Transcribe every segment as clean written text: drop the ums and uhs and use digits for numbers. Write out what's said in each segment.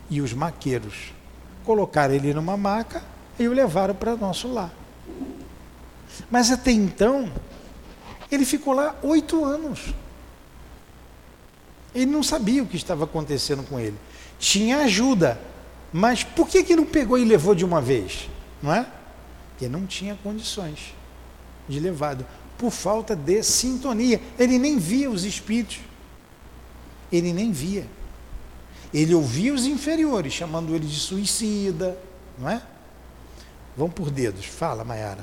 e os maqueiros. Colocaram ele numa maca e o levaram para nosso lar. Mas até então, ele ficou lá 8 anos. Ele não sabia o que estava acontecendo com ele. Tinha ajuda, mas por que não pegou e levou de uma vez? Não é? Porque não tinha condições de levado, por falta de sintonia. Ele nem via os espíritos. Ele nem via. Ele ouvia os inferiores, chamando ele de suicida, não é? Vamos por dedos. Fala, Maiara.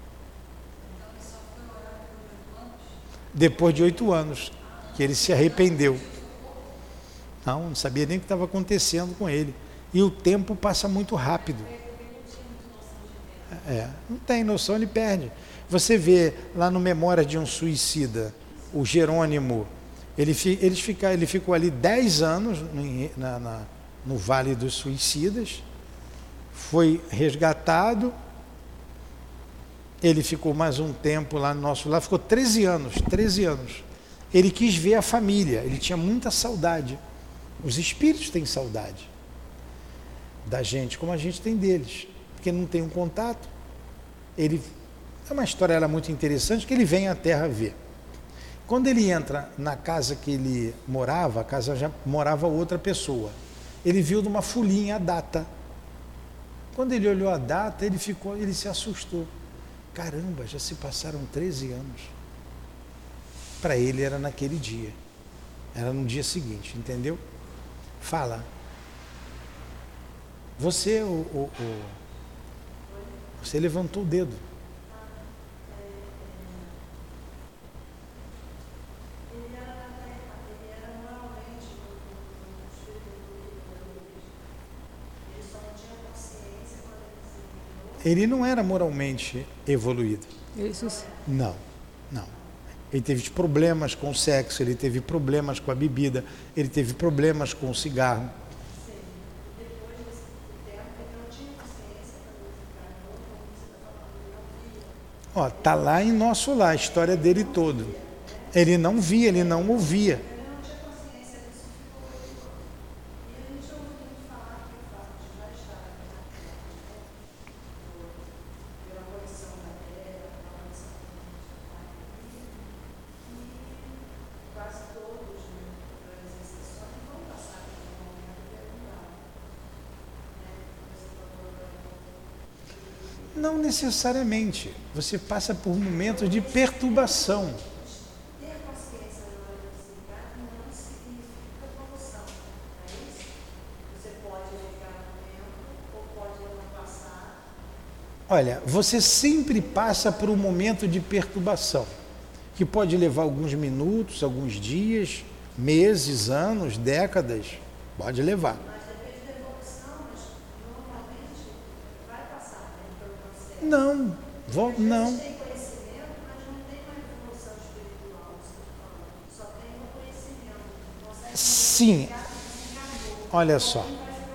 Depois de 8 anos, que ele se arrependeu. Não sabia nem o que estava acontecendo com ele. E o tempo passa muito rápido. Não tem noção, ele perde. Você vê lá no Memórias de um Suicida, o Jerônimo, ele ficou ali 10 anos no Vale dos Suicidas, foi resgatado, ele ficou mais um tempo lá no nosso lar, ficou 13 anos. Ele quis ver a família, ele tinha muita saudade. Os espíritos têm saudade da gente, como a gente tem deles, porque não tem um contato. É uma história muito interessante, que ele vem à Terra ver. Quando ele entra na casa que ele morava, a casa já morava outra pessoa. Ele viu numa folhinha a data. Quando ele olhou a data, ele se assustou. Caramba, já se passaram 13 anos. Para ele era naquele dia. Era no dia seguinte, entendeu? Fala. Você levantou o dedo. Ele não era moralmente evoluído. Não. Ele teve problemas com o sexo, ele teve problemas com a bebida, ele teve problemas com o cigarro. Está lá em nosso lar, a história dele toda. Ele não via, ele não ouvia. Não necessariamente. Você passa por momentos de perturbação. Olha, você sempre passa por um momento de perturbação, que pode levar alguns minutos, alguns dias, meses, anos, décadas. Pode levar. Não. Sim. Olha só.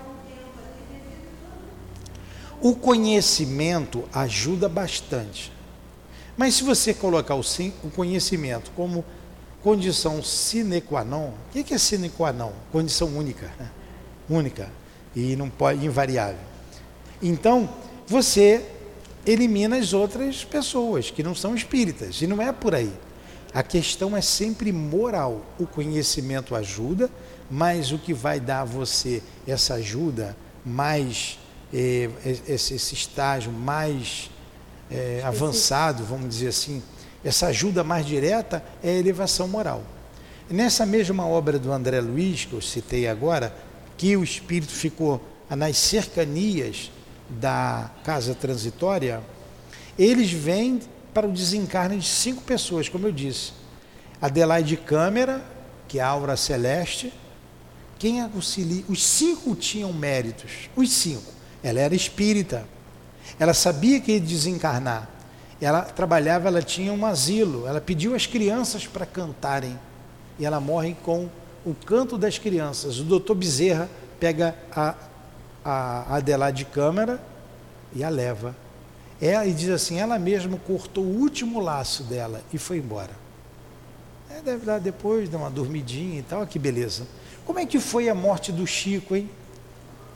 O conhecimento ajuda bastante. Mas se você colocar o conhecimento como condição sine qua non, o que é sine qua non? Condição única, né? Única e não pode, invariável. Então, você elimina as outras pessoas que não são espíritas, e não é por aí. A questão é sempre moral. O conhecimento ajuda, mas o que vai dar a você essa ajuda mais, esse estágio mais avançado, vamos dizer assim, essa ajuda mais direta é a elevação moral. Nessa mesma obra do André Luiz, que eu citei agora, que o espírito ficou nas cercanias da casa transitória, eles vêm para o desencarne de 5 pessoas, como eu disse. Adelaide Câmara, que é a aura celeste. Quem auxilia? Os 5 tinham méritos, os 5. Ela era espírita, ela sabia que ia desencarnar, ela trabalhava, ela tinha um asilo, ela pediu às crianças para cantarem, e ela morre com o canto das crianças. O doutor Bezerra pega a Adelaide Câmara e a leva. E diz assim, ela mesma cortou o último laço dela e foi embora. Deve dar depois, dar uma dormidinha e tal, que beleza. Como é que foi a morte do Chico, hein?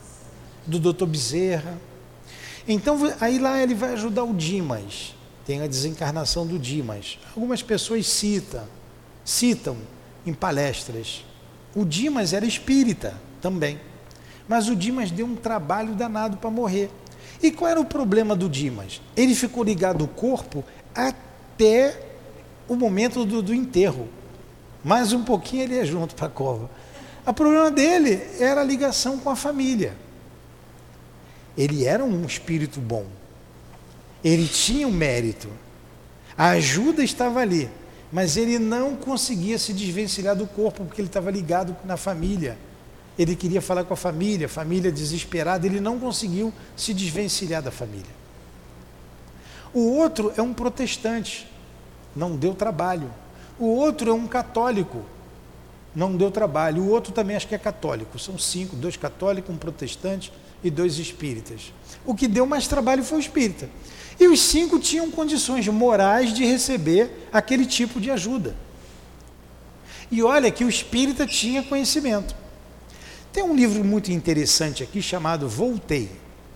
do Dr. Bezerra. Então, aí lá ele vai ajudar o Dimas. Tem a desencarnação do Dimas. Algumas pessoas citam em palestras. O Dimas era espírita também. Mas o Dimas deu um trabalho danado para morrer. E qual era o problema do Dimas? Ele ficou ligado ao corpo até o momento do enterro. Mais um pouquinho ele ia junto para a cova. O problema dele era a ligação com a família. Ele era um espírito bom. Ele tinha um mérito. A ajuda estava ali. Mas ele não conseguia se desvencilhar do corpo, porque ele estava ligado na família. Ele queria falar com a família desesperada, ele não conseguiu se desvencilhar da família. O outro é um protestante, não deu trabalho. O outro é um católico, não deu trabalho. O outro também acho que é católico. São 5, 2 católicos, um protestante e 2 espíritas. O que deu mais trabalho foi o espírita. E os 5 tinham condições morais de receber aquele tipo de ajuda. E olha que o espírita tinha conhecimento. Tem um livro muito interessante aqui chamado Voltei,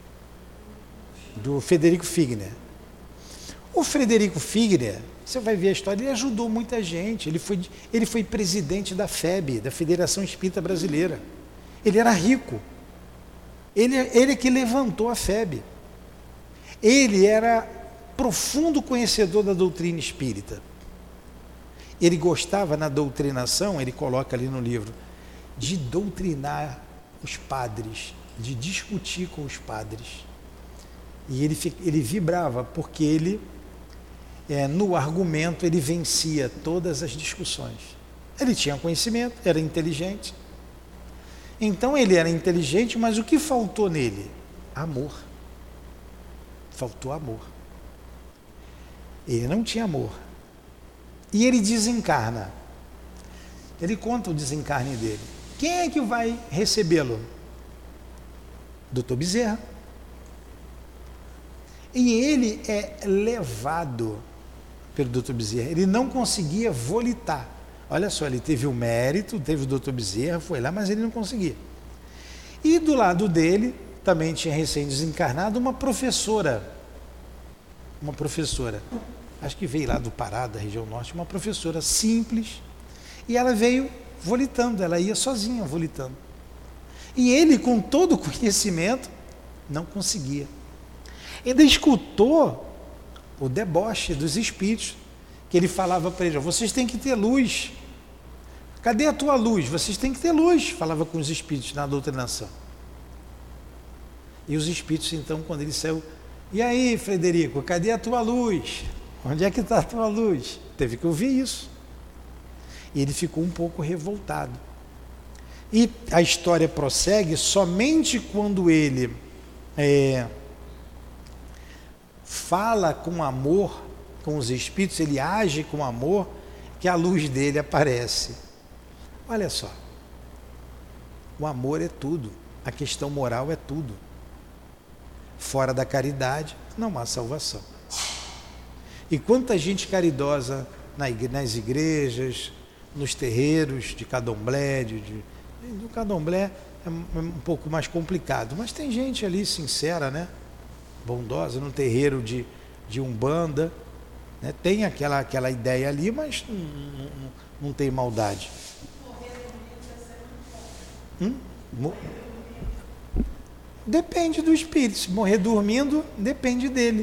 do Frederico Figner. O Frederico Figner, você vai ver a história, ele ajudou muita gente. Ele foi presidente da FEB, da Federação Espírita Brasileira. Ele era rico. Ele é que levantou a FEB. Ele era profundo conhecedor da doutrina espírita. Ele gostava na doutrinação, ele coloca ali no livro, de doutrinar os padres, de discutir com os padres. E ele vibrava, porque ele, no argumento, ele vencia todas as discussões. Ele tinha conhecimento, era inteligente. Então ele era inteligente, mas o que faltou nele? Amor. Faltou amor. Ele não tinha amor. E ele desencarna. Ele conta o desencarne dele. Quem é que vai recebê-lo? Dr. Bezerra. E ele é levado pelo Dr. Bezerra. Ele não conseguia volitar. Olha só, ele teve o mérito, teve o Dr. Bezerra, foi lá, mas ele não conseguia. E do lado dele, também tinha recém-desencarnado uma professora, acho que veio lá do Pará, da região norte, uma professora simples, e ela veio volitando, ela ia sozinha volitando. E ele, com todo o conhecimento, não conseguia. Ainda escutou o deboche dos espíritos, que ele falava para eles: vocês têm que ter luz. Cadê a tua luz? Vocês têm que ter luz, falava com os espíritos na doutrinação. E os espíritos, então, quando ele saiu: e aí, Frederico, cadê a tua luz? Onde é que está a tua luz? Teve que ouvir isso. E ele ficou um pouco revoltado. E a história prossegue somente quando ele fala com amor com os espíritos, ele age com amor, que a luz dele aparece. Olha só, o amor é tudo, a questão moral é tudo. Fora da caridade não há salvação. E quanta gente caridosa nas igrejas, nos terreiros de candomblé, do candomblé é um pouco mais complicado, mas tem gente ali sincera, né? Bondosa, no terreiro de Umbanda, né? Tem aquela ideia ali, mas não tem maldade. Depende do espírito. Se morrer dormindo, depende dele.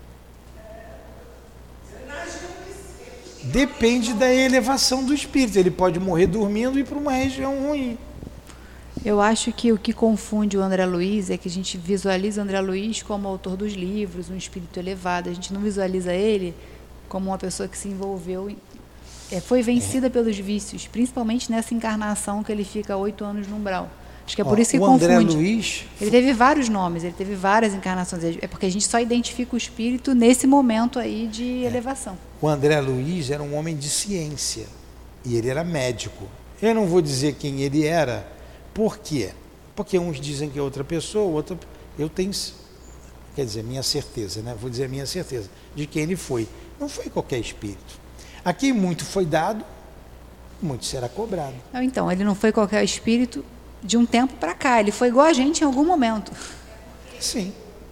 Depende da elevação do espírito. Ele pode morrer dormindo e ir para uma região ruim. Eu acho que o que confunde o André Luiz é que a gente visualiza o André Luiz como autor dos livros, um espírito elevado. A gente não visualiza ele como uma pessoa que se envolveu, foi vencida pelos vícios, principalmente nessa encarnação que ele fica 8 anos no umbral. Acho que é por isso que confunde. André Luiz... Ele teve vários nomes, ele teve várias encarnações. É porque a gente só identifica o espírito nesse momento aí de elevação. O André Luiz era um homem de ciência e ele era médico. Eu não vou dizer quem ele era. Por quê? Porque uns dizem que é outra pessoa, outra... Eu tenho, quer dizer, minha certeza, né? Vou dizer a minha certeza de quem ele foi. Não foi qualquer espírito. A quem muito foi dado, muito será cobrado. Então, ele não foi qualquer espírito de um tempo para cá. Ele foi igual a gente em algum momento. Sim.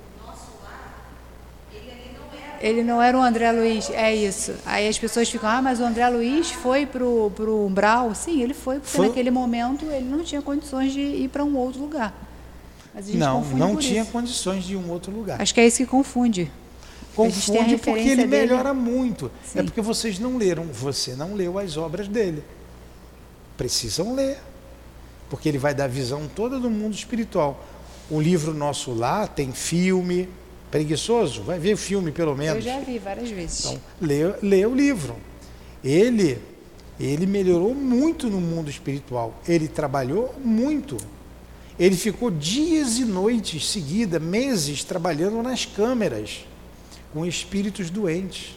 Ele não era o André Luiz, é isso. Aí as pessoas ficam, mas o André Luiz foi pro umbral. Sim, ele porque naquele momento ele não tinha condições de ir para um outro lugar. Mas a gente não tinha condições de ir em um outro lugar. Acho que é isso que confunde. Confunde porque ele melhora muito. Sim. É porque vocês não leram, você não leu as obras dele. Precisam ler, porque ele vai dar a visão toda do mundo espiritual. O livro Nosso Lar tem filme. Preguiçoso? Vai ver o filme, pelo menos. Eu já vi várias vezes. Então, lê o livro. Ele melhorou muito no mundo espiritual. Ele trabalhou muito. Ele ficou dias e noites seguidas, meses, trabalhando nas câmeras, com espíritos doentes.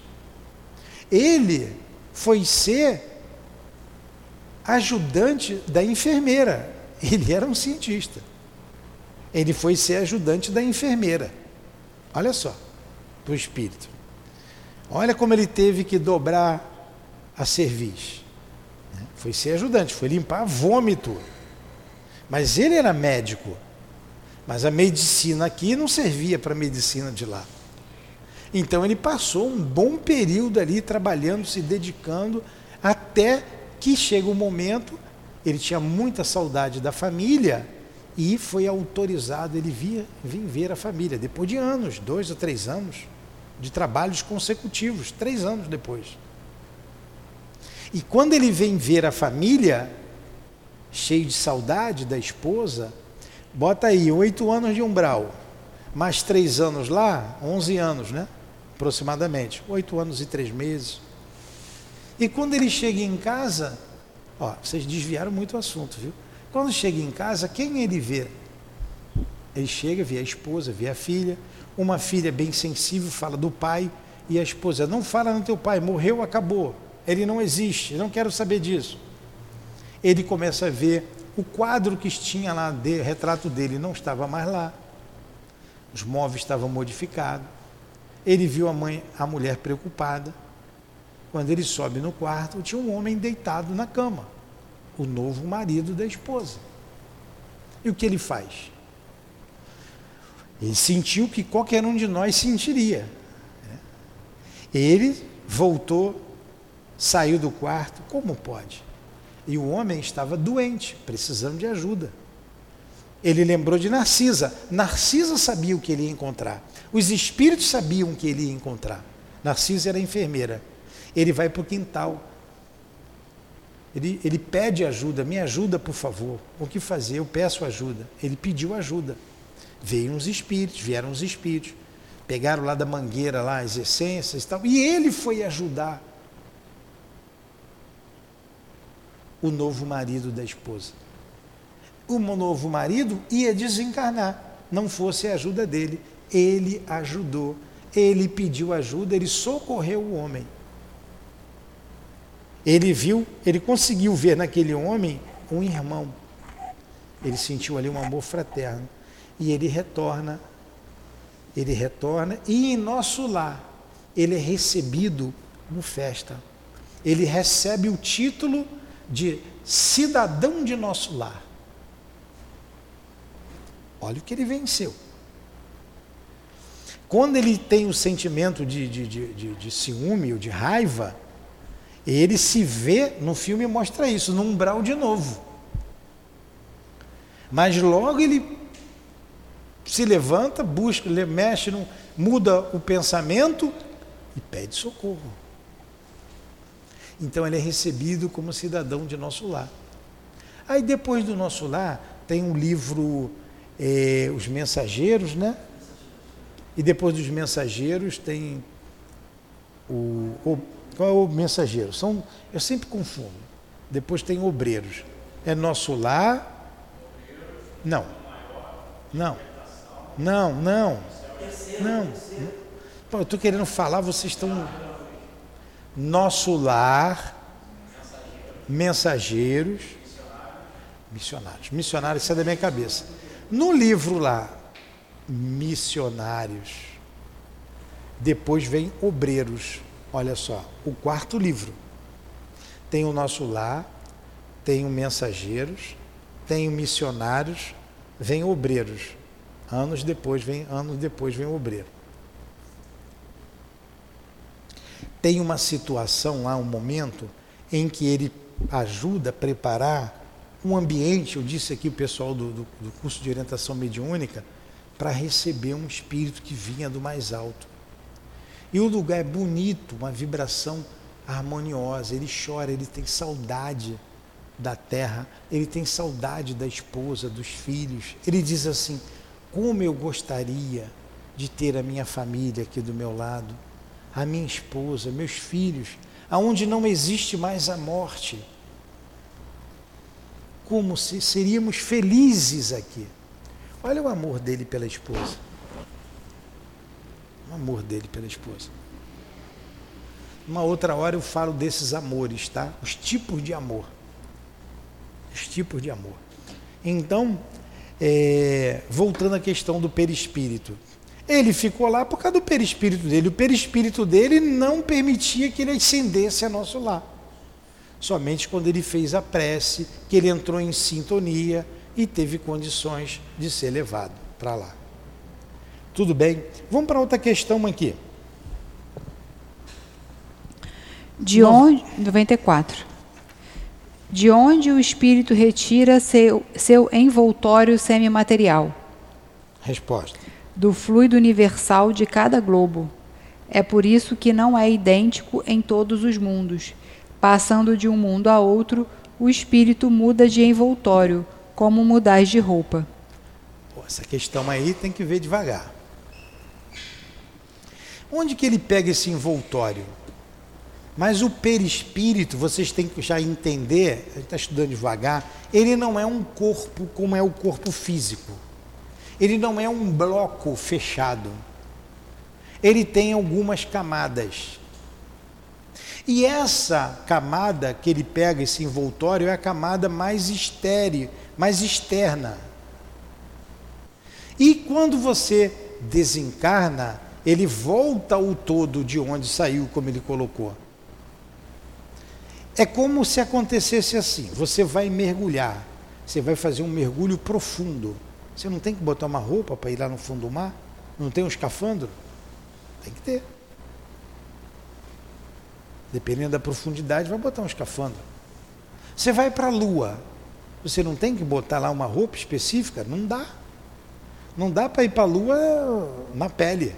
Ele foi ser ajudante da enfermeira. Ele era um cientista. Ele foi ser ajudante da enfermeira. Olha só, do espírito. Olha como ele teve que dobrar a cerviz. Foi ser ajudante, foi limpar vômito. Mas ele era médico. Mas a medicina aqui não servia para a medicina de lá. Então ele passou um bom período ali trabalhando, se dedicando, até que chega o momento, ele tinha muita saudade da família, e foi autorizado, ele vir ver a família, depois de anos, 2 ou 3 anos, de trabalhos consecutivos, 3 anos depois. E quando ele vem ver a família, cheio de saudade da esposa, bota aí 8 anos de umbral, mais 3 anos lá, 11 anos, né? Aproximadamente, 8 anos e 3 meses. E quando ele chega em casa, vocês desviaram muito o assunto, viu? Quando chega em casa, quem ele vê? Ele chega, vê a esposa, vê a filha. Uma filha bem sensível fala do pai, e a esposa, não fala no teu pai, morreu, acabou. Ele não existe, eu não quero saber disso. Ele começa a ver o quadro que tinha lá, retrato dele, não estava mais lá. Os móveis estavam modificados. Ele viu a mulher preocupada. Quando ele sobe no quarto, tinha um homem deitado na cama, o novo marido da esposa. E o que ele faz? Ele sentiu que qualquer um de nós sentiria. Ele voltou, saiu do quarto, como pode? E o homem estava doente, precisando de ajuda. Ele lembrou de Narcisa. Narcisa sabia o que ele ia encontrar. Os espíritos sabiam o que ele ia encontrar. Narcisa era enfermeira. Ele vai para o quintal. Ele pede ajuda, me ajuda por favor, o que fazer? Eu peço ajuda. Ele pediu ajuda. Vieram os espíritos, pegaram lá da mangueira lá as essências e tal, e ele foi ajudar o novo marido da esposa. O novo marido ia desencarnar, não fosse a ajuda dele. Ele ajudou, ele pediu ajuda, ele socorreu o homem. Ele conseguiu ver naquele homem um irmão. Ele sentiu ali um amor fraterno. E ele retorna, e em nosso lar, ele é recebido como festa. Ele recebe o título de cidadão de nosso lar. Olha o que ele venceu. Quando ele tem o sentimento de ciúme ou de raiva, ele se vê, no filme mostra isso, no umbral de novo. Mas logo ele se levanta, busca, mexe, muda o pensamento e pede socorro. Então ele é recebido como cidadão de nosso lar. Aí depois do nosso lar tem um livro, Os Mensageiros, né? E depois dos Mensageiros tem qual é o Mensageiro? Eu sempre confundo. Depois tem Obreiros. É Nosso Lar? Não. Pô, eu estou querendo falar, vocês estão... Nosso Lar, Mensageiros, Missionários, isso é da minha cabeça. No livro lá, Missionários, depois vem Obreiros. Olha só, o 4º livro. Tem o Nosso Lar, tem o Mensageiros, tem missionários, vem obreiros. Anos depois vem obreiro. Tem uma situação lá, um momento, em que ele ajuda a preparar um ambiente, eu disse aqui o pessoal do curso de orientação mediúnica, para receber um espírito que vinha do mais alto. E o lugar é bonito, uma vibração harmoniosa, ele chora, ele tem saudade da terra, ele tem saudade da esposa, dos filhos. Ele diz assim: como eu gostaria de ter a minha família aqui do meu lado, a minha esposa, meus filhos, aonde não existe mais a morte. Como se seríamos felizes aqui. Olha o amor dele pela esposa. O amor dele pela esposa. Uma outra hora eu falo desses amores, tá? Os tipos de amor. Os tipos de amor. Então, voltando à questão do perispírito. Ele ficou lá por causa do perispírito dele. O perispírito dele não permitia que ele ascendesse a nosso lar. Somente quando ele fez a prece, que ele entrou em sintonia e teve condições de ser levado para lá. Tudo bem? Vamos para outra questão aqui. 94. De onde o espírito retira seu envoltório semimaterial? Resposta. Do fluido universal de cada globo. É por isso que não é idêntico em todos os mundos. Passando de um mundo a outro, o espírito muda de envoltório, como mudais de roupa. Essa questão aí tem que ver devagar. Onde que ele pega esse envoltório? Mas o perispírito, vocês têm que já entender, a gente está estudando devagar, ele não é um corpo como é o corpo físico. Ele não é um bloco fechado. Ele tem algumas camadas. E essa camada que ele pega, esse envoltório, é a camada mais estéril, mais externa. E quando você desencarna, ele volta ao todo de onde saiu, como ele colocou. É como se acontecesse assim: você vai mergulhar, você vai fazer um mergulho profundo. Você não tem que botar uma roupa para ir lá no fundo do mar? Não tem um escafandro? Tem que ter. Dependendo da profundidade, vai botar um escafandro. Você vai para a Lua, você não tem que botar lá uma roupa específica? Não dá. Não dá para ir para a Lua na pele.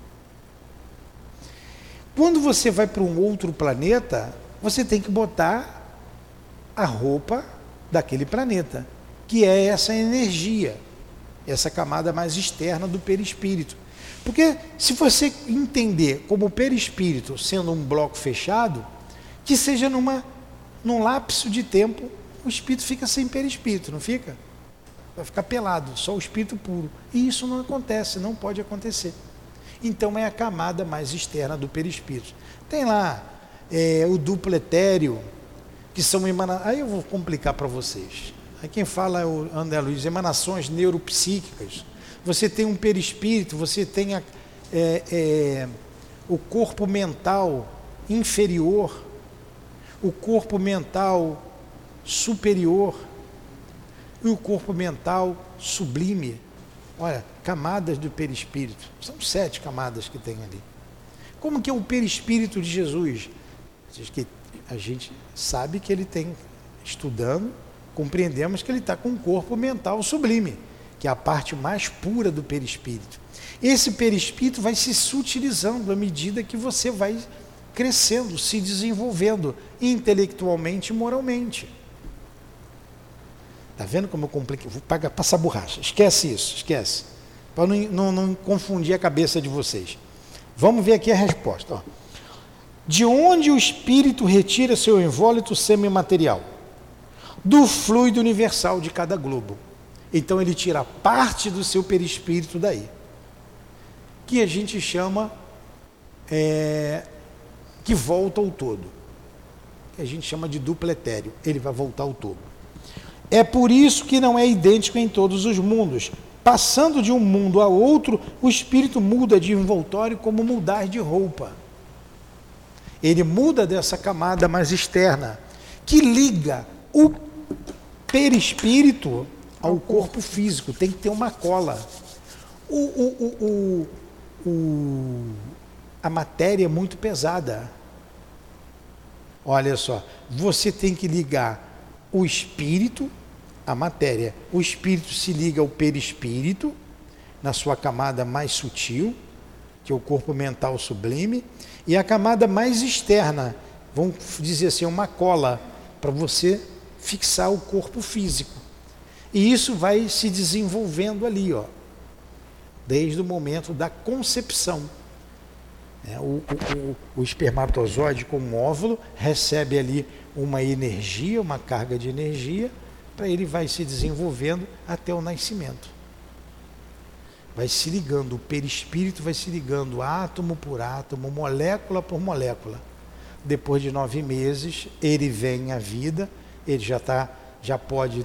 Quando você vai para um outro planeta, você tem que botar a roupa daquele planeta, que é essa energia, essa camada mais externa do perispírito. Porque se você entender como o perispírito sendo um bloco fechado, que seja num lapso de tempo, o espírito fica sem perispírito, não fica? Vai ficar pelado, só o espírito puro. E isso não acontece, não pode acontecer. Então é a camada mais externa do perispírito. Tem lá o duplo etéreo, que são emanações. Aí eu vou complicar para vocês. Aí quem fala é o André Luiz, emanações neuropsíquicas. Você tem um perispírito, você tem o corpo mental inferior, o corpo mental superior e o corpo mental sublime. Olha, camadas do perispírito. São 7 camadas que tem ali. Como que é o perispírito de Jesus? A gente sabe que ele tem, estudando, compreendemos que ele está com um corpo mental sublime, que é a parte mais pura do perispírito. Esse perispírito vai se sutilizando à medida que você vai crescendo, se desenvolvendo intelectualmente e moralmente. Está vendo como eu compliquei? Vou passar borracha. Esquece isso, esquece. Para não confundir a cabeça de vocês. Vamos ver aqui a resposta. Ó. De onde o espírito retira seu invólucro semimaterial? Do fluido universal de cada globo. Então ele tira parte do seu perispírito daí, que a gente chama que volta ao todo, que a gente chama de duplo etéreo. Ele vai voltar ao todo. É por isso que não é idêntico em todos os mundos. Passando de um mundo a outro, o espírito muda de envoltório como mudar de roupa. Ele muda dessa camada mais externa, que liga perispírito ao corpo físico, tem que ter uma cola. A matéria é muito pesada. Olha só, você tem que ligar o espírito à matéria. O espírito se liga ao perispírito, na sua camada mais sutil, que é o corpo mental sublime, e a camada mais externa, vamos dizer assim, uma cola, para você fixar o corpo físico. E isso vai se desenvolvendo ali, ó, desde o momento da concepção. O espermatozoide, como óvulo, recebe ali uma energia, uma carga de energia, para ele vai se desenvolvendo até o nascimento. Vai se ligando, o perispírito vai se ligando átomo por átomo, molécula por molécula. Depois de 9 meses, ele vem à vida, ele já pode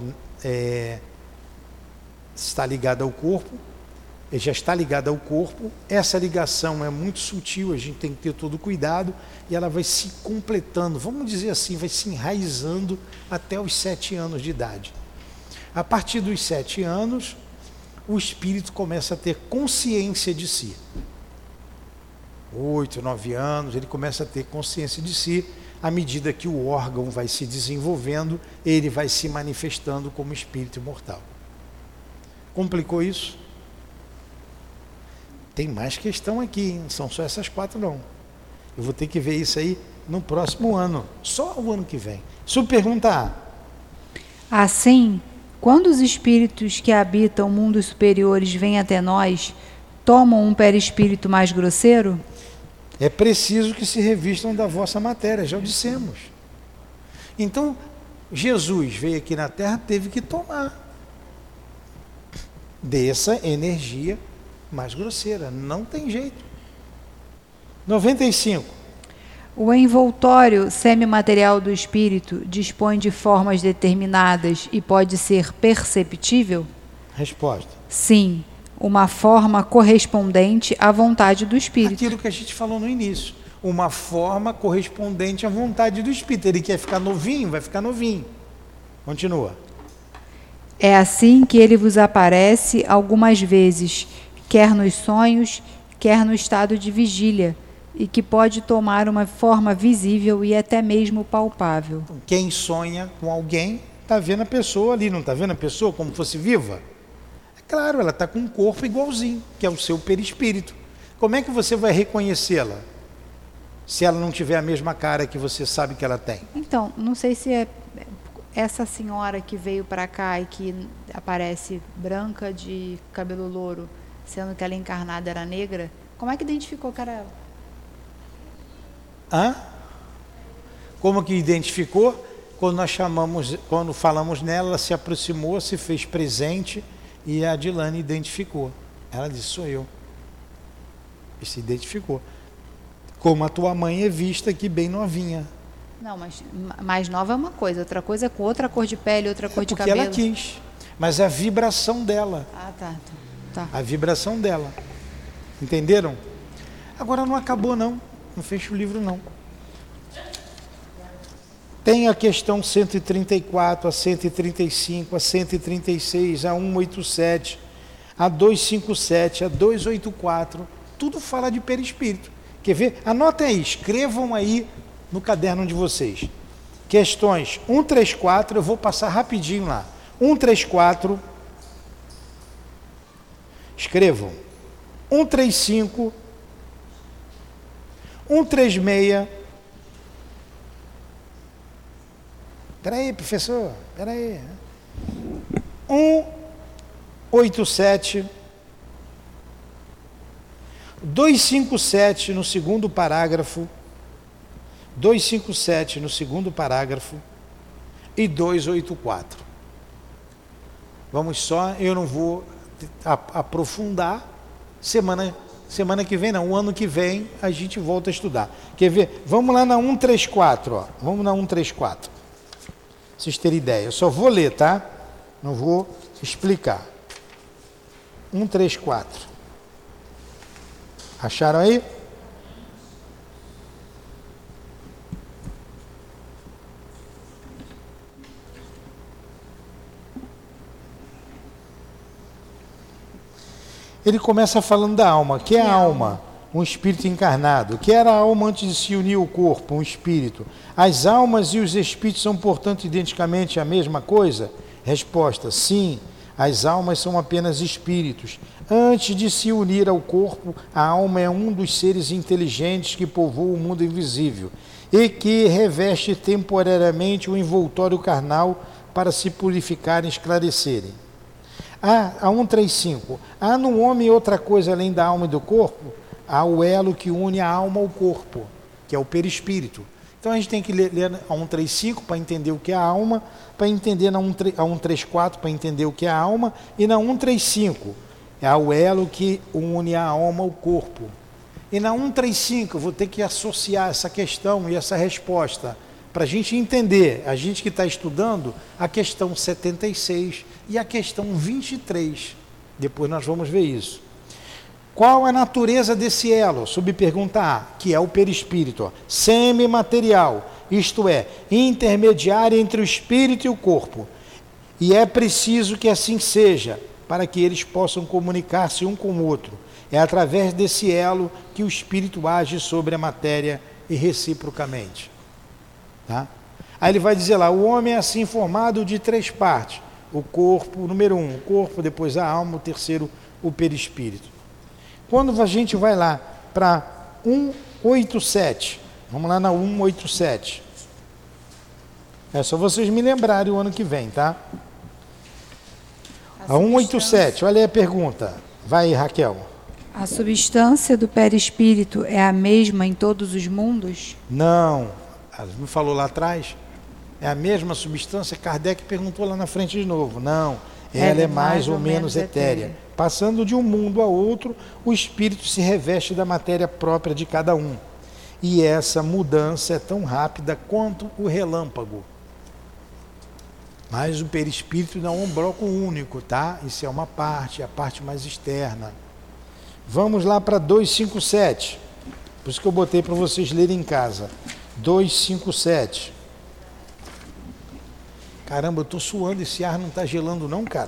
estar ligado ao corpo, ele já está ligado ao corpo. Essa ligação é muito sutil, a gente tem que ter todo cuidado, e ela vai se completando, vamos dizer assim, vai se enraizando até os 7 anos de idade. A partir dos 7 anos, o espírito começa a ter consciência de si. 8, 9 anos, ele começa a ter consciência de si. À medida que o órgão vai se desenvolvendo, ele vai se manifestando como espírito imortal. Complicou isso? Tem mais questão aqui, hein? Não são só essas 4 não. Eu vou ter que ver isso aí no próximo ano, só o ano que vem. Subpergunta A. Assim, quando os espíritos que habitam mundos superiores vêm até nós, tomam um perispírito mais grosseiro? É preciso que se revistam da vossa matéria, já o dissemos. Então, Jesus veio aqui na Terra, teve que tomar dessa energia mais grosseira, não tem jeito. 95. O envoltório semimaterial do espírito dispõe de formas determinadas e pode ser perceptível? Resposta. Sim, uma forma correspondente à vontade do espírito. Aquilo que a gente falou no início, uma forma correspondente à vontade do espírito. Ele quer ficar novinho, vai ficar novinho. Continua. É assim que ele vos aparece algumas vezes, quer nos sonhos, quer no estado de vigília, e que pode tomar uma forma visível e até mesmo palpável. Quem sonha com alguém está vendo a pessoa ali, não está vendo a pessoa como fosse viva? É claro, ela está com um corpo igualzinho, que é o seu perispírito. Como é que você vai reconhecê-la se ela não tiver a mesma cara que você sabe que ela tem? Então, não sei se é essa senhora que veio para cá e que aparece branca de cabelo louro, sendo que ela encarnada era negra, como é que identificou que era ela? Hã? Como que identificou? Quando falamos nela, ela se aproximou, se fez presente e a Adilane identificou. Ela disse, sou eu. E se identificou. Como a tua mãe é vista aqui bem novinha. Não, mas mais nova é uma coisa, outra coisa é com outra cor de pele, outra cor de cabelo. Porque ela quis, mas a vibração dela. Ah, tá. A vibração dela. Entenderam? Agora não acabou não. Não fecha o livro não. Tem a questão 134, a 135, a 136, a 187, a 257, a 284. Tudo fala de perispírito. Quer ver? Anotem aí, escrevam aí no caderno de vocês. Questões 134, eu vou passar rapidinho lá. 134, escrevam. 135, 136. Espera aí, professor, espera aí. 187, 257 no segundo parágrafo, 257 no segundo parágrafo e 284. Vamos só, eu não vou aprofundar. Semana que vem não, o ano que vem a gente volta a estudar. Quer ver? Vamos lá na 134, ó. Vamos na 134. Vocês terem ideia. Eu só vou ler, tá? Não vou explicar. 134. Acharam aí? ele começa falando da alma. Que é a alma? Um espírito encarnado. Que era a alma antes de se unir ao corpo? Um espírito. As almas e os espíritos são, portanto, identicamente a mesma coisa? Resposta: sim. As almas são apenas espíritos. Antes de se unir ao corpo, a alma é um dos seres inteligentes que povoa o mundo invisível e que reveste temporariamente o envoltório carnal para se purificarem e esclarecerem. A 135. Há no homem outra coisa além da alma e do corpo? Há o elo que une a alma ao corpo, que é o perispírito. Então a gente tem que ler a 135 para entender o que é a alma, para entender a 134 para entender o que é a alma, e na 135 é o elo que une a alma ao corpo. E na 135 eu vou ter que associar essa questão e essa resposta para a gente entender, a gente que está estudando, a questão 76 e a questão 23. Depois nós vamos ver isso. Qual a natureza desse elo? Subpergunta A, que é o perispírito. Semimaterial, isto é, intermediário entre o espírito e o corpo. E é preciso que assim seja, para que eles possam comunicar-se um com o outro. É através desse elo que o espírito age sobre a matéria e reciprocamente. Tá? Aí ele vai dizer lá, o homem é assim formado de 3 partes. O corpo, número 1, o corpo, depois a alma, o terceiro, o perispírito. Quando a gente vai lá para 187, vamos lá na 187. É só vocês me lembrarem o ano que vem, tá? A 187, olha aí a pergunta. Vai, Raquel. A substância do perispírito é a mesma em todos os mundos? Não. Não falou lá atrás? É a mesma substância? Kardec perguntou lá na frente de novo. Não. Ela é mais ou menos etérea. Passando de um mundo a outro, o espírito se reveste da matéria própria de cada um. E essa mudança é tão rápida quanto o relâmpago. Mas o perispírito não é um bloco único, tá? Isso é uma parte, a parte mais externa. Vamos lá para 257. Por isso que eu botei para vocês lerem em casa. 257. Caramba, eu estou suando, esse ar não está gelando não, cara?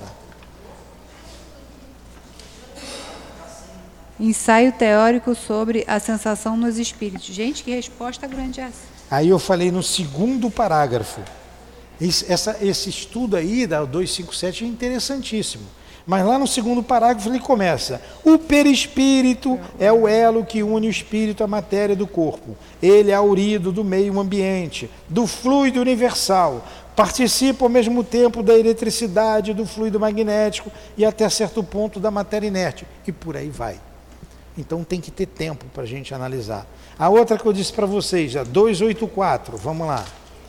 Ensaio teórico sobre a sensação nos espíritos. Gente, que resposta grande é essa? Aí eu falei no segundo parágrafo. Esse estudo aí da 257 é interessantíssimo. Mas lá no segundo parágrafo ele começa. O perispírito é o elo que une o espírito à matéria do corpo. Ele é aurido do meio ambiente, do fluido universal. Participa ao mesmo tempo da eletricidade, do fluido magnético e até certo ponto da matéria inerte. E por aí vai. Então tem que ter tempo para a gente analisar. A outra que eu disse para vocês, a 284, vamos lá.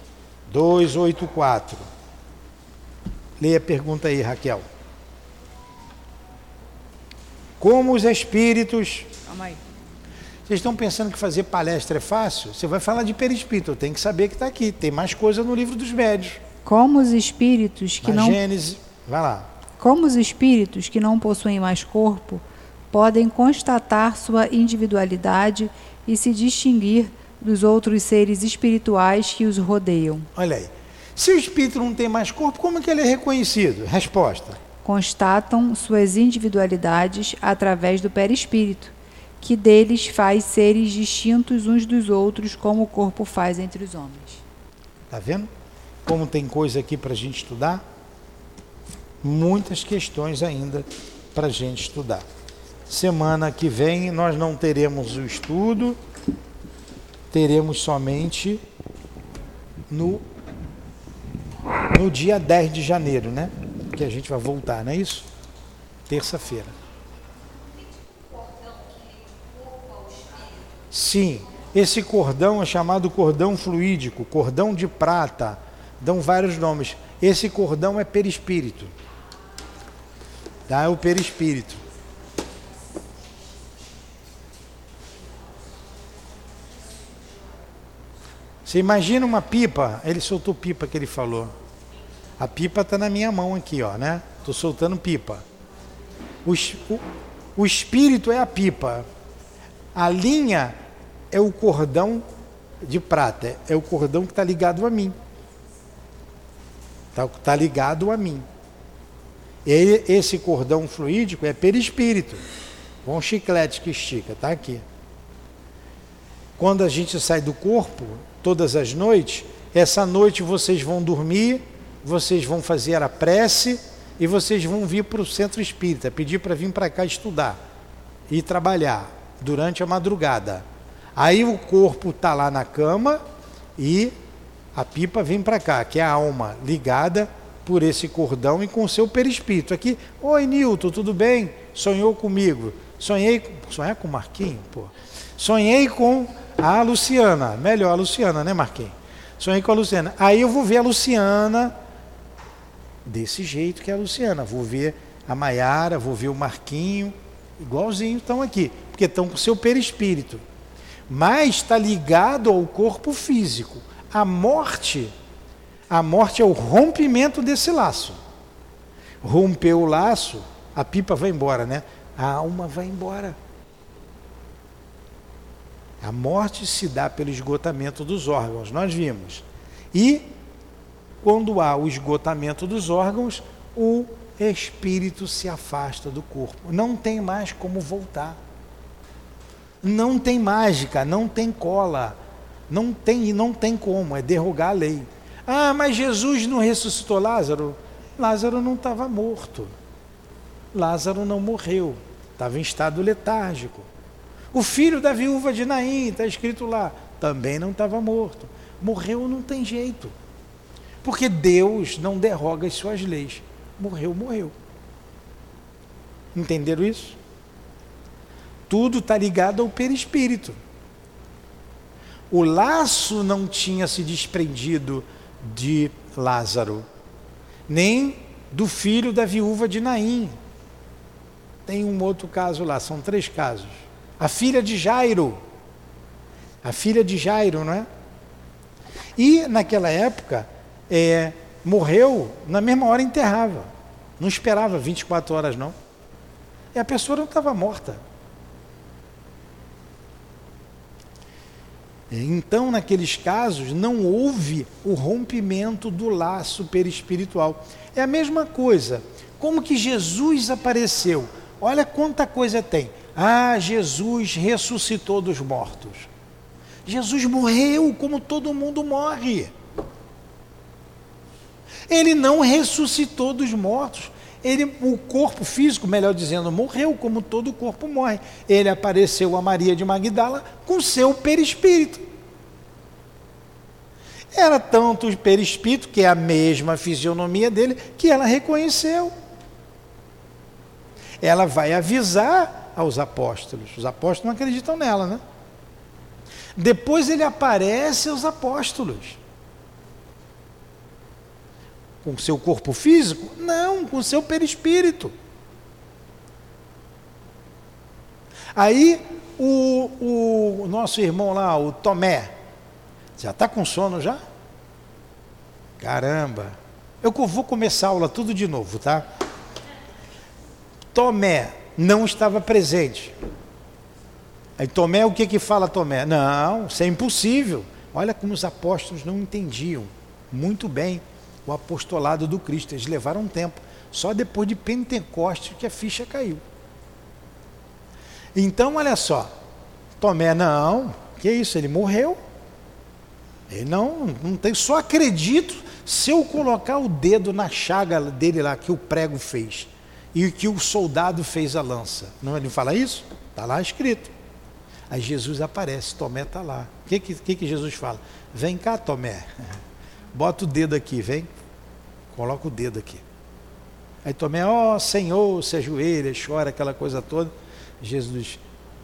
284. Leia a pergunta aí, Raquel. Como os espíritos... Calma aí. Vocês estão pensando que fazer palestra é fácil? Você vai falar de perispírito, eu tenho que saber que está aqui. Tem mais coisa no livro dos médios. Como os espíritos que Na não... Gênese, vai lá. Como os espíritos que não possuem mais corpo podem constatar sua individualidade e se distinguir dos outros seres espirituais que os rodeiam? Olha aí. Se o espírito não tem mais corpo, como é que ele é reconhecido? Resposta. Constatam suas individualidades através do perispírito, que deles faz seres distintos uns dos outros, como o corpo faz entre os homens. Está vendo? Como tem coisa aqui para a gente estudar? Muitas questões ainda para a gente estudar. Semana que vem nós não teremos o estudo, teremos somente no dia 10 de janeiro, né? Que a gente vai voltar, não é isso? Terça-feira. Sim, esse cordão é chamado cordão fluídico, cordão de prata, dão vários nomes. Esse cordão é perispírito. Tá? É o perispírito. Você imagina uma pipa, ele soltou pipa que ele falou. A pipa está na minha mão aqui, ó, né? Estou soltando pipa. O espírito é a pipa. A linha é o cordão de prata, é o cordão que está ligado a mim. Está ligado a mim. E esse cordão fluídico é perispírito, com um chiclete que estica, está aqui. Quando a gente sai do corpo, todas as noites, essa noite vocês vão dormir, vocês vão fazer a prece e vocês vão vir para o centro espírita, pedir para vir para cá estudar e trabalhar durante a madrugada. Aí o corpo está lá na cama e a pipa vem para cá, que é a alma ligada por esse cordão e com o seu perispírito. Aqui, oi Nilton, tudo bem? Sonhou comigo? Sonhar com o Marquinhos? Pô. Sonhei com a Luciana, melhor a Luciana, né Marquinhos? Sonhei com a Luciana. Aí eu vou ver a Luciana desse jeito que é a Luciana. Vou ver a Maiara, vou ver o Marquinho, igualzinho estão aqui, porque estão com o seu perispírito. Mas está ligado ao corpo físico. A morte é o rompimento desse laço. Rompeu o laço, a pipa vai embora, né? A alma vai embora. A morte se dá pelo esgotamento dos órgãos, nós vimos. E quando há o esgotamento dos órgãos, o espírito se afasta do corpo. Não tem mais como voltar. Não tem mágica, não tem cola. Não tem como, é derrogar a lei. Ah, mas Jesus não ressuscitou Lázaro? Lázaro não estava morto. Lázaro não morreu. Estava em estado letárgico. O filho da viúva de Naim, está escrito lá, também não estava morto. Morreu não tem jeito. Porque Deus não derroga as suas leis. Morreu, morreu. Entenderam isso? Tudo está ligado ao perispírito. O laço não tinha se desprendido de Lázaro, nem do filho da viúva de Naim. Tem um outro caso lá, são 3 casos. A filha de Jairo, não é? E naquela época, morreu, na mesma hora enterrava, não esperava 24 horas não, e a pessoa não estava morta. Então, naqueles casos, não houve o rompimento do laço perispiritual. É a mesma coisa, como que Jesus apareceu? Olha quanta coisa tem. Ah, Jesus ressuscitou dos mortos. Jesus morreu como todo mundo morre. Ele não ressuscitou dos mortos. O corpo físico, melhor dizendo, morreu como todo corpo morre. Ele apareceu a Maria de Magdala com seu perispírito. Era tanto o perispírito, que é a mesma fisionomia dele, que ela reconheceu. Ela vai avisar aos apóstolos. Os apóstolos não acreditam nela, né? Depois ele aparece aos apóstolos. Com seu corpo físico? Não, com seu perispírito. Aí o nosso irmão lá, o Tomé, já está com sono já? Caramba! Eu vou começar a aula tudo de novo, tá? Tomé não estava presente. Aí Tomé, o que fala Tomé? Não, isso é impossível. Olha como os apóstolos não entendiam muito bem o apostolado do Cristo. Eles levaram um tempo. Só depois de Pentecostes que a ficha caiu. Então, olha só. Tomé, não. Que isso? Ele morreu. Ele não tem. Só acredito se eu colocar o dedo na chaga dele lá, que o prego fez. E que o soldado fez a lança. Não ele fala isso? Está lá escrito. Aí Jesus aparece, Tomé está lá. O que Jesus fala? Vem cá, Tomé. Bota o dedo aqui, vem. Coloca o dedo aqui. Aí Tomé, ó Senhor, se ajoelha, chora, aquela coisa toda. Jesus,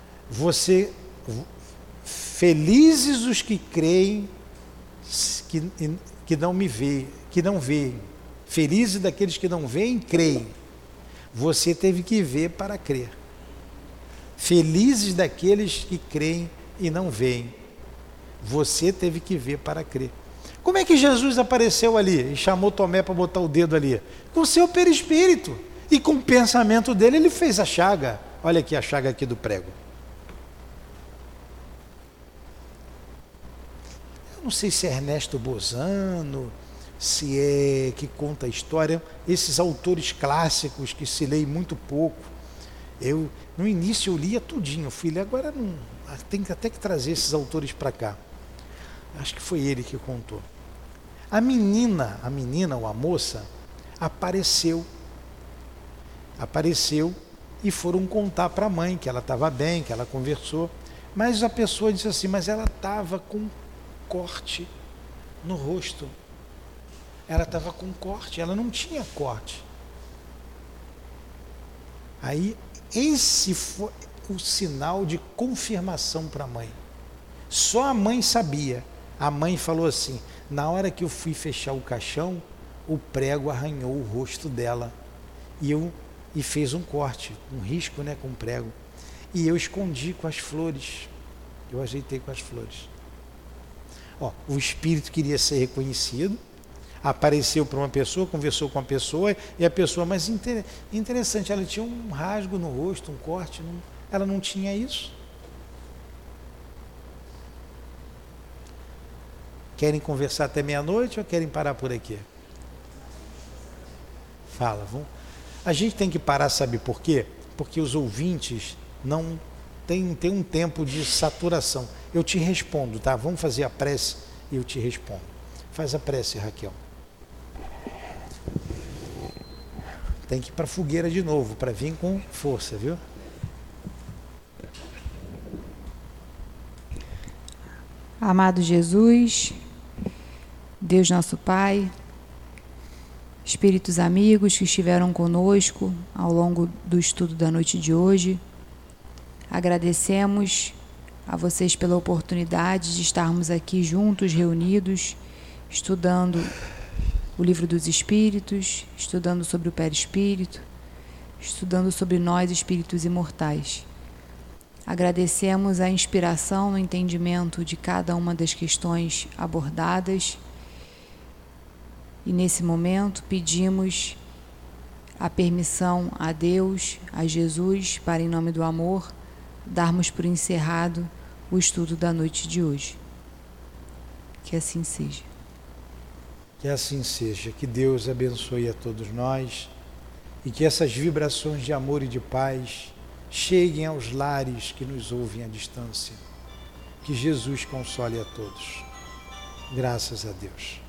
felizes os que creem, que não me veem, que não veem. Felizes daqueles que não veem, creem. Você teve que ver para crer. Felizes daqueles que creem e não veem. Você teve que ver para crer. Como é que Jesus apareceu ali e chamou Tomé para botar o dedo ali? Com seu perispírito. E com o pensamento dele, ele fez a chaga. Olha aqui a chaga aqui do prego. Eu não sei se é Ernesto Bozano se é que conta a história, esses autores clássicos que se leem muito pouco. No início eu lia tudinho, filho, agora não, tem até que trazer esses autores para cá. Acho que foi ele que contou. A menina ou a moça, apareceu e foram contar para a mãe que ela estava bem, que ela conversou, mas a pessoa disse assim, mas ela estava com corte no rosto. Ela estava com corte, ela não tinha corte. Aí, esse foi o sinal de confirmação para a mãe. Só a mãe sabia. A mãe falou assim, na hora que eu fui fechar o caixão, o prego arranhou o rosto dela. E fez um corte, um risco, né, com o prego. E eu escondi com as flores. Eu ajeitei com as flores. O espírito queria ser reconhecido, apareceu para uma pessoa, conversou com a pessoa, e a pessoa, mas interessante, ela tinha um rasgo no rosto, um corte, ela não tinha isso. Querem conversar até meia-noite ou querem parar por aqui? Fala, vamos. A gente tem que parar, sabe por quê? Porque os ouvintes não têm um tempo de saturação. Eu te respondo, tá? Vamos fazer a prece e eu te respondo. Faz a prece, Raquel. Tem que ir para a fogueira de novo, para vir com força, viu? Amado Jesus, Deus nosso Pai, espíritos amigos que estiveram conosco ao longo do estudo da noite de hoje, agradecemos a vocês pela oportunidade de estarmos aqui juntos, reunidos, estudando o Livro dos Espíritos, estudando sobre o perispírito, estudando sobre nós, espíritos imortais. Agradecemos a inspiração no entendimento de cada uma das questões abordadas e nesse momento pedimos a permissão a Deus, a Jesus, para em nome do amor, darmos por encerrado o estudo da noite de hoje. Que assim seja. Que assim seja, que Deus abençoe a todos nós e que essas vibrações de amor e de paz cheguem aos lares que nos ouvem à distância. Que Jesus console a todos. Graças a Deus.